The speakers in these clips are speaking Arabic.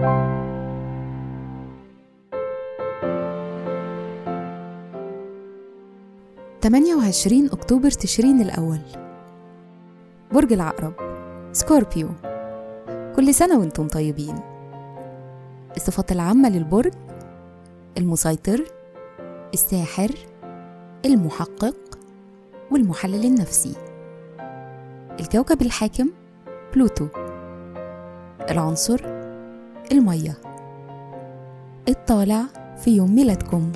28 أكتوبر تشرين الأول. برج العقرب، سكوربيو. كل سنة وانتم طيبين. الصفات العامة للبرج: المسيطر، الساحر، المحقق، والمحلل النفسي. الكوكب الحاكم بلوتو. العنصر المية. الطالع في يوم ميلادكم.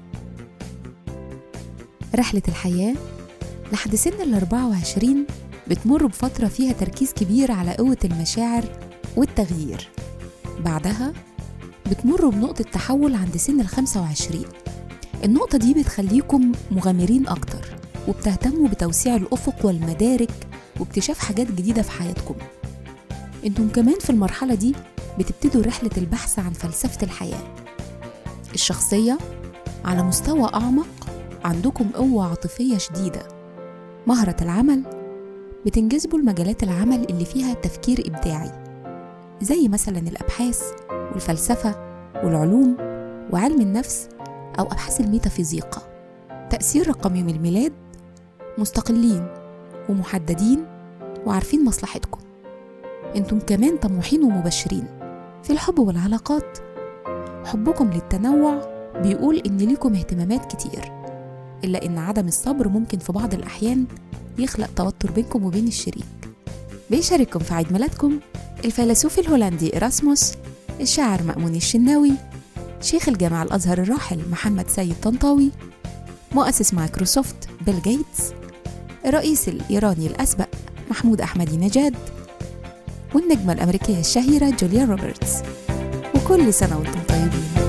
رحلة الحياة لحد سن 24 بتمر بفترة فيها تركيز كبير على قوة المشاعر والتغيير. بعدها بتمر بنقطة تحول عند سن 25. النقطة دي بتخليكم مغامرين أكتر، وبتهتموا بتوسيع الأفق والمدارك واكتشاف حاجات جديدة في حياتكم. انتم كمان في المرحلة دي بتبتدوا رحلة البحث عن فلسفة الحياة. الشخصية على مستوى أعمق، عندكم قوة عاطفية شديدة. مهرة العمل، بتنجذبوا المجالات العمل اللي فيها تفكير إبداعي، زي مثلا الأبحاث والفلسفة والعلوم وعلم النفس أو أبحاث الميتافيزيقا. تأثير رقم يوم الميلاد: مستقلين ومحددين وعارفين مصلحتكم. انتم كمان طموحين ومبشرين. في الحب والعلاقات، حبكم للتنوع بيقول إن ليكم اهتمامات كتير، إلا إن عدم الصبر ممكن في بعض الأحيان يخلق توتر بينكم وبين الشريك. بيشارككم في عيد ميلادكم الفيلسوف الهولندي إراسموس، الشاعر مأمون الشناوي، شيخ الجامعة الأزهر الراحل محمد سيد طنطاوي، مؤسس مايكروسوفت بيل جيتس، الرئيس الإيراني الأسبق محمود أحمدي نجاد، والنجمة الأمريكية الشهيرة جوليا روبرتس. وكل سنة وانتم طيبين.